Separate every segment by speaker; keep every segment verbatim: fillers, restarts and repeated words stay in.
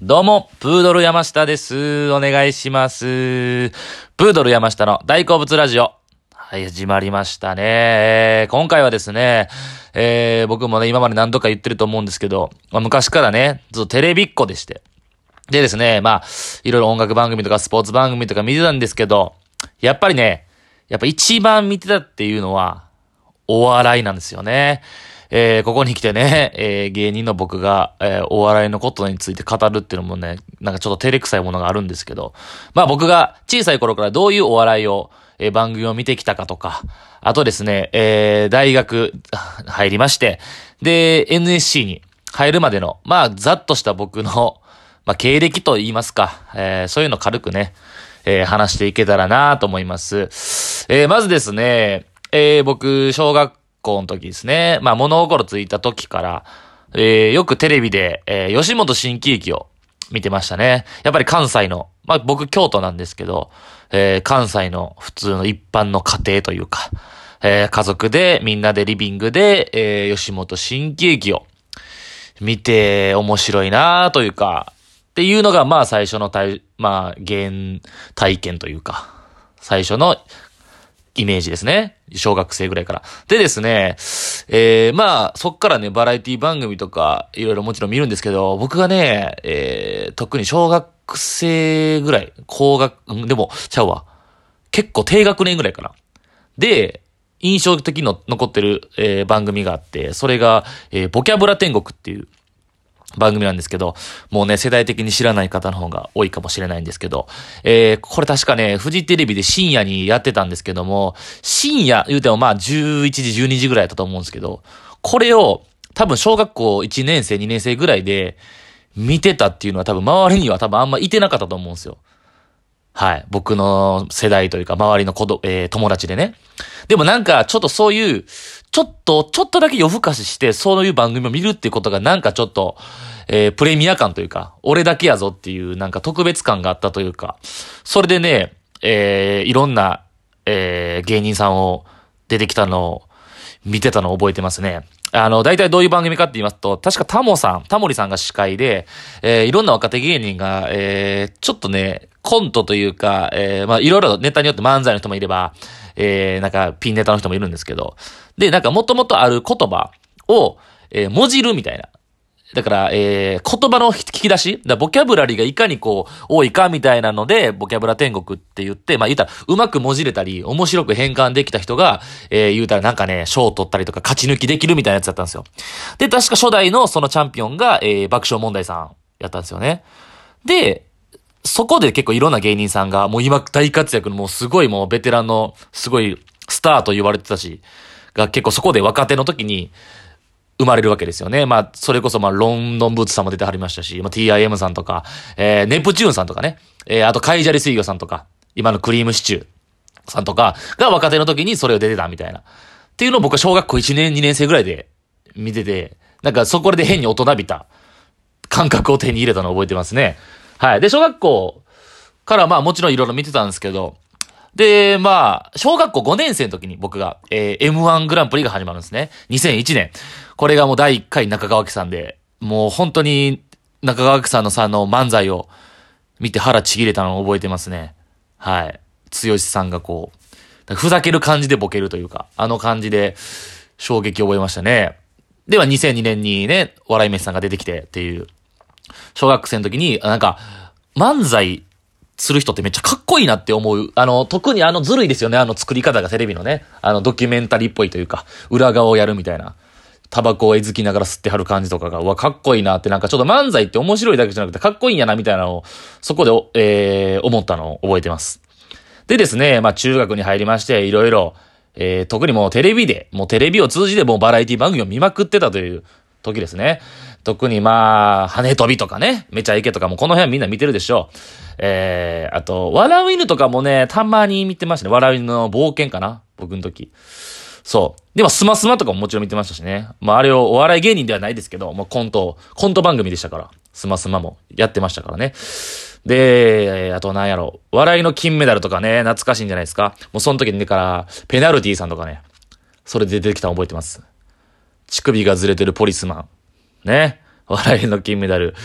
Speaker 1: どうも、プードル山下です。お願いします。プードル山下の大好物ラジオ。はい、始まりましたね。えー、今回はですね、えー、僕もね、今まで何度か言ってると思うんですけど、まあ、昔からね、ずっとテレビっ子でして。でですね、まあ、いろいろ音楽番組とかスポーツ番組とか見てたんですけど、やっぱりね、やっぱ一番見てたっていうのは、お笑いなんですよね。えー、ここに来てね、えー、芸人の僕が、えー、お笑いのことについて語るっていうのもね、なんかちょっと照れくさいものがあるんですけど、まあ僕が小さい頃からどういうお笑いを、えー、番組を見てきたかとか、あとですね、えー、大学入りまして、で、エヌエスシー に入るまでの、まあざっとした僕の、まあ経歴と言いますか、えー、そういうの軽くね、えー、話していけたらなと思います。えー、まずですね、えー、僕、小学校の時ですね。まあ、物心ついた時から、えー、よくテレビで、えー、吉本新喜劇を見てましたね。やっぱり関西の、まあ、僕京都なんですけど、えー、関西の普通の一般の家庭というか、えー、家族でみんなでリビングで、えー、吉本新喜劇を見て面白いなというか、っていうのが、まあ、最初の体、まあ、原体験というか、最初のイメージですね。小学生ぐらいから。でですね、えー、まあ、そっからね、バラエティ番組とか、いろいろもちろん見るんですけど、僕がね、えー、特に小学生ぐらい、高学、んでも、ちゃうわ。結構低学年ぐらいかな。で、印象的の残ってる、えー、番組があって、それが、えー、ボキャブラ天国っていう、番組なんですけど、もうね、世代的に知らない方の方が多いかもしれないんですけど、えー、これ確かね、フジテレビで深夜にやってたんですけども、深夜、言うてもまあじゅういちじ、じゅうにじぐらいだったと思うんですけど、これを多分小学校いちねん生、にねん生ぐらいで見てたっていうのは多分周りには多分あんまいてなかったと思うんですよ。はい。僕の世代というか、周りの子ど、えー、友達でね。でもなんか、ちょっとそういう、ちょっと、ちょっとだけ夜更かしして、そういう番組を見るっていうことがなんかちょっと、えー、プレミア感というか、俺だけやぞっていう、なんか特別感があったというか、それでね、えー、いろんな、えー、芸人さんを出てきたのを見てたのを覚えてますね。あの、大体どういう番組かって言いますと、確かタモさん、タモリさんが司会で、えー、いろんな若手芸人が、えー、ちょっとね、コントというか、えー、まあ、いろいろネタによって漫才の人もいれば、えー、なんか、ピンネタの人もいるんですけど、で、なんか、もともとある言葉を、えー、もじるみたいな。だから、えー、言葉の聞き出しだボキャブラリーがいかにこう、多いかみたいなので、ボキャブラ天国って言って、まあ言ったら、うまくもじれたり、面白く変換できた人が、えー、言うたらなんかね、賞を取ったりとか、勝ち抜きできるみたいなやつだったんですよ。で、確か初代のそのチャンピオンが、えー、爆笑問題さんやったんですよね。で、そこで結構いろんな芸人さんが、もう今大活躍のもうすごいもうベテランの、すごいスターと言われてたし、が結構そこで若手の時に、生まれるわけですよね。まあ、それこそ、まあ、ロンドンブーツさんも出てはりましたし、まあ、ティーアイエム さんとか、えー、ネプチューンさんとかね、えー、あと、カイジャリ水魚さんとか、今のクリームシチューさんとか、が若手の時にそれを出てたみたいな。っていうのを僕は小学校いちねん、にねん生ぐらいで見てて、なんかそこで変に大人びた感覚を手に入れたのを覚えてますね。はい。で、小学校からまあもちろんいろいろ見てたんですけど、で、まあ、小学校ごねん生の時に僕が、えー、エムワン グランプリが始まるんですね。にせんいちねん。これがもうだいいっかい中川家さんで、もう本当に中川家さんのさんの漫才を見て腹ちぎれたのを覚えてますね。はい。剛さんがこう、ふざける感じでボケるというか、あの感じで衝撃を覚えましたね。ではにせんにねんにね、笑い飯さんが出てきてっていう、小学生の時に、なんか、漫才、する人ってめっちゃかっこいいなって思う。あの、特にあのずるいですよね。あの作り方がテレビのね。あのドキュメンタリーっぽいというか、裏側をやるみたいな。タバコをえずきながら吸ってはる感じとかが、うわ、かっこいいなって、なんかちょっと漫才って面白いだけじゃなくてかっこいいんやなみたいなのを、そこで、えー、思ったのを覚えてます。でですね、まあ中学に入りまして、いろいろ、えー、特にもうテレビで、もうテレビを通じてもうバラエティ番組を見まくってたという時ですね。特にまあ、羽飛びとかね、めちゃイケとかもこの辺みんな見てるでしょう。えー、あと、笑う犬とかもね、たまに見てましたね。笑う犬の冒険かな僕の時。そう。でも、スマスマとかももちろん見てましたしね。まあ、あれをお笑い芸人ではないですけど、もうコント、コント番組でしたから。スマスマもやってましたからね。で、あとなんやろ。笑いの金メダルとかね、懐かしいんじゃないですか。もうその時にねから、ペナルティさんとかね。それで出てきたの覚えてます。乳首がずれてるポリスマン。ね。笑いの金メダル。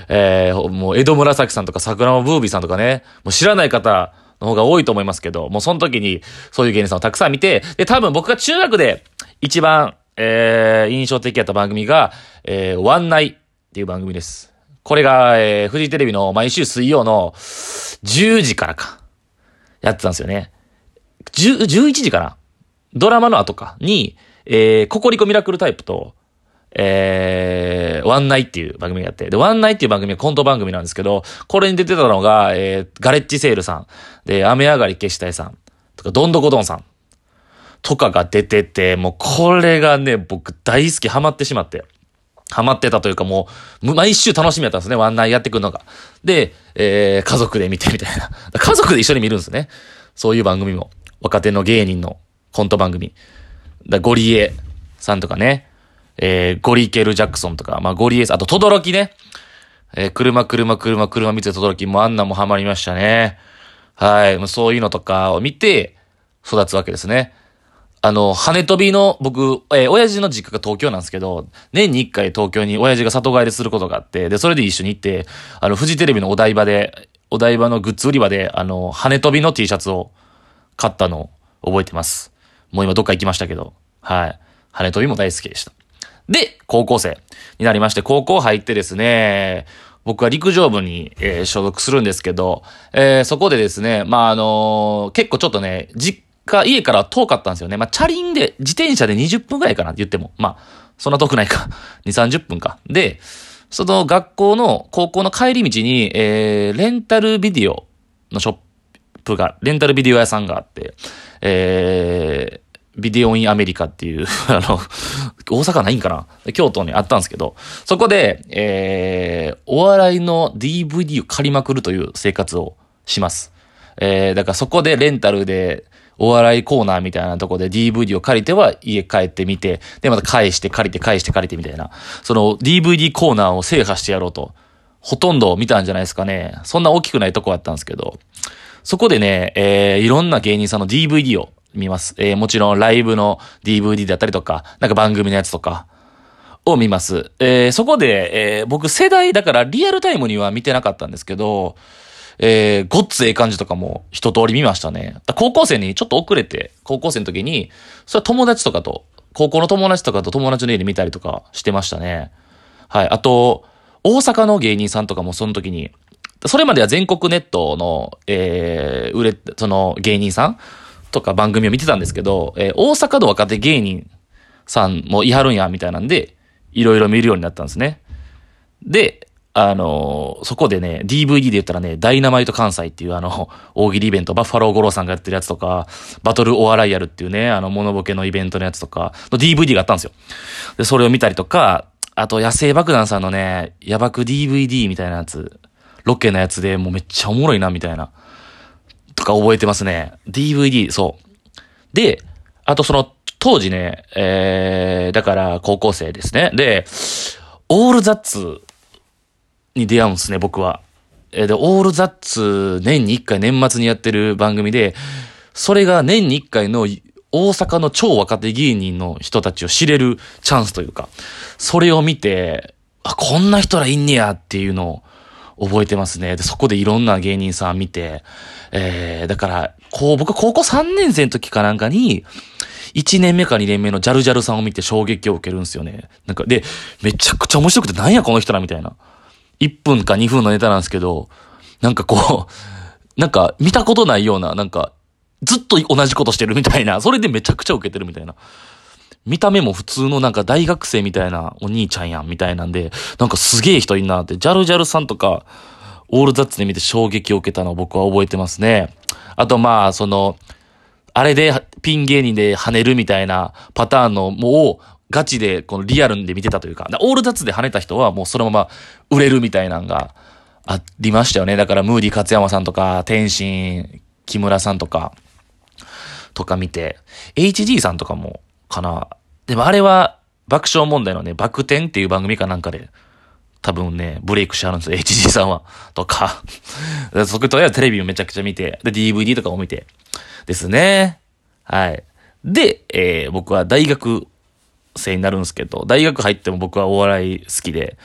Speaker 1: えー、もう江戸紫さんとか桜間ブービーさんとかね、もう知らない方の方が多いと思いますけど、もうその時にそういう芸人さんをたくさん見て、で、多分僕が中学で一番、えー、印象的やった番組が、えー、ワンナイっていう番組です。これが、えー、フジテレビの毎週水曜のじゅうじからか、やってたんですよね。じゅう、じゅういちじかな、ドラマの後かに、えー、ココリコミラクルタイプと、えー、ワンナイっていう番組がやって、で、ワンナイっていう番組はコント番組なんですけど、これに出てたのが、えー、ガレッジセールさん、で、雨上がり消したいさん、とか、どんどこどんさん、とかが出てて、もうこれがね、僕大好き、ハマってしまって。ハマってたというかもう、毎週楽しみやったんですね、ワンナイやってくるのが。で、えー、家族で見てみたいな。家族で一緒に見るんですね。そういう番組も。若手の芸人のコント番組。だゴリエさんとかね。えー、ゴリケル・ジャクソンとか、まあゴリエさん、あと、トドロキね。えー、車、車、車、車見てトドロキ、もうあんなもハマりましたね。はい。そういうのとかを見て、育つわけですね。あの、羽飛びの、僕、えー、親父の実家が東京なんですけど、年に一回東京に親父が里帰りすることがあって、で、それで一緒に行って、あの、フジテレビのお台場で、お台場のグッズ売り場で、あの、羽飛びの T シャツを買ったのを覚えてます。もう今どっか行きましたけど、はい。羽飛びも大好きでした。で、高校生になりまして、高校入ってですね、僕は陸上部に、えー、所属するんですけど、えー、そこでですね、まあ、あのー、結構ちょっとね、実家、家から遠かったんですよね。まあ、チャリンで、自転車でにじゅっぷんくらいかなって言っても、まあ、そんな遠くないか。に、さんじゅっぷんか。で、その学校の、高校の帰り道に、えー、レンタルビデオのショップが、レンタルビデオ屋さんがあって、えー、ビデオインアメリカっていう、あの、大阪ないんかな京都にあったんですけど、そこで、えー、お笑いの ディーブイディー を借りまくるという生活をします。えー、だからそこでレンタルで、お笑いコーナーみたいなとこで ディーブイディー を借りては家帰ってみて、でまた返して借りて返して借りてみたいな、その ディーブイディー コーナーを制覇してやろうと、ほとんど見たんじゃないですかね。そんな大きくないとこあったんですけど、そこでね、えー、いろんな芸人さんの ディーブイディー を見ます。えー、もちろんライブの ディーブイディー だったりとか、なんか番組のやつとかを見ます。えー、そこで、えー、僕世代だからリアルタイムには見てなかったんですけど、えー、ごっつええ感じとかも一通り見ましたね。高校生にちょっと遅れて、高校生の時に、それは友達とかと、高校の友達とかと友達の家で見たりとかしてましたね。はい。あと、大阪の芸人さんとかもその時に、それまでは全国ネットの、えー、売れ、その芸人さんとか番組を見てたんですけど、えー、大阪の若手芸人さんもいはるんや、みたいなんで、いろいろ見るようになったんですね。で、あのー、そこでね、ディーブイディー で言ったらね、ダイナマイト関西っていうあの、大喜利イベント、バッファロー五郎さんがやってるやつとか、バトルお笑いやるっていうね、あの、モノボケのイベントのやつとか、の ディーブイディー があったんですよ。で、それを見たりとか、あと、野生爆弾さんのね、ヤバく ディーブイディー みたいなやつ、ロケのやつでもうめっちゃおもろいな、みたいな、とか覚えてますね。ディーブイディー、そう。で、あとその、当時ね、えー、だから高校生ですね。で、オールザッツに出会うんですね、僕は。えー、で、オールザッツ年に一回年末にやってる番組で、それが年に一回の大阪の超若手芸人の人たちを知れるチャンスというか、それを見て、あ、こんな人らいんねやっていうのを覚えてますね。で、そこでいろんな芸人さん見て、えー、だから、こう、僕高校さんねん生の時かなんかに、いちねんめかにねんめのジャルジャルさんを見て衝撃を受けるんですよね。なんか、で、めちゃくちゃ面白くてなんやこの人らみたいな。いっぷんかにふんのネタなんですけど、なんかこう、なんか見たことないような、なんか、ずっと同じことしてるみたいな、それでめちゃくちゃ受けてるみたいな。見た目も普通のなんか大学生みたいなお兄ちゃんやんみたいなんで、なんかすげえ人いんなって、ジャルジャルさんとか、オールザッツで見て衝撃を受けたのを僕は覚えてますね。あとまあ、その、あれでピン芸人で跳ねるみたいなパターンのもうガチでこのリアルで見てたというか、オールザッツで跳ねた人はもうそのまま売れるみたいなのがありましたよね。だからムーディ勝山さんとか、天心、木村さんとか、とか見て、エイチディー さんとかもかな。でもあれは爆笑問題のね、バク転っていう番組かなんかで、多分ね、ブレイクしてあるんですよ、エイチディー さんは。とか。そことりあえずテレビもめちゃくちゃ見て、で、ディーブイディー とかも見て。ですね。はい。で、えー、僕は大学生になるんですけど、大学入っても僕はお笑い好きで、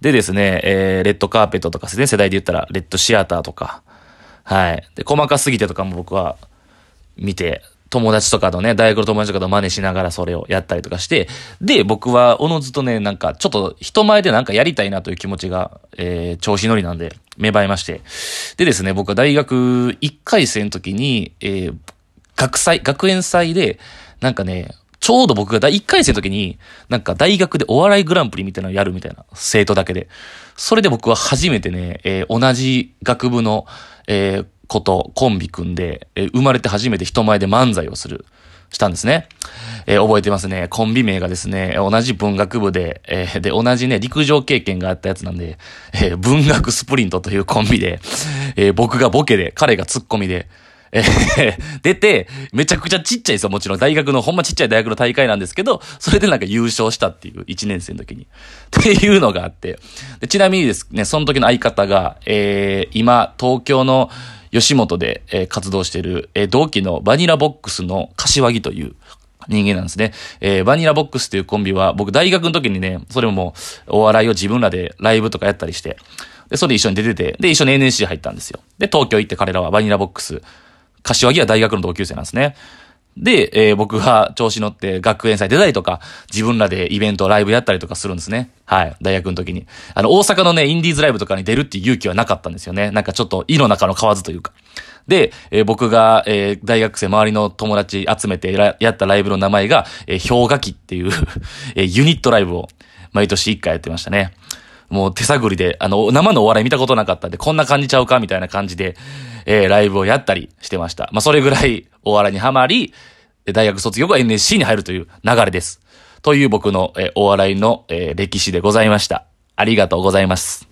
Speaker 1: でですね、えー、レッドカーペットとかですね、世代で言ったら、レッドシアターとか、はい。で、細かすぎてとかも僕は見て、友達とかのね、大学の友達とかと真似しながらそれをやったりとかして、で、僕はおのずとね、なんかちょっと人前でなんかやりたいなという気持ちが、えー、調子乗りなんで、芽生えまして。でですね、僕は大学いっかい生の時に、えー、学祭、学園祭で、なんかね、ちょうど僕がいっかい生の時に、なんか大学でお笑いグランプリみたいなのをやるみたいな、生徒だけで。それで僕は初めてね、えー、同じ学部の、えー、こと、コンビ組んで、えー、生まれて初めて人前で漫才をする、したんですね。えー、覚えてますね。コンビ名がですね、同じ文学部で、えー、で、同じね、陸上経験があったやつなんで、えー、文学スプリントというコンビで、えー、僕がボケで、彼がツッコミで、えー、出て、めちゃくちゃちっちゃいですよ。もちろん大学の、ほんまちっちゃい大学の大会なんですけど、それでなんか優勝したっていう、いちねん生の時に。っていうのがあって。でちなみにですね、その時の相方が、えー、今、東京の吉本で、えー、活動している、えー、同期のバニラボックスの柏木という人間なんですね。えー、バニラボックスというコンビは、僕大学の時にね、それももう、お笑いを自分らでライブとかやったりして、で、それで一緒に出てて、で、一緒に エヌエスシー 入ったんですよ。で、東京行って彼らはバニラボックス、柏木は大学の同級生なんですね。で、えー、僕が調子乗って学園祭出たりとか、自分らでイベント、ライブやったりとかするんですね。はい。大学の時に。あの、大阪のね、インディーズライブとかに出るっていう勇気はなかったんですよね。なんかちょっと、井の中の蛙というか。で、えー、僕が、えー、大学生周りの友達集めてやったライブの名前が、えー、氷河期っていう、えー、ユニットライブを毎年いっかいやってましたね。もう手探りで、あの、生のお笑い見たことなかったんで、こんな感じちゃうかみたいな感じで、えー、ライブをやったりしてました。まあ、それぐらいお笑いにハマり、大学卒業後は エヌエスシー に入るという流れです。という僕の、えー、お笑いの、えー、歴史でございました。ありがとうございます。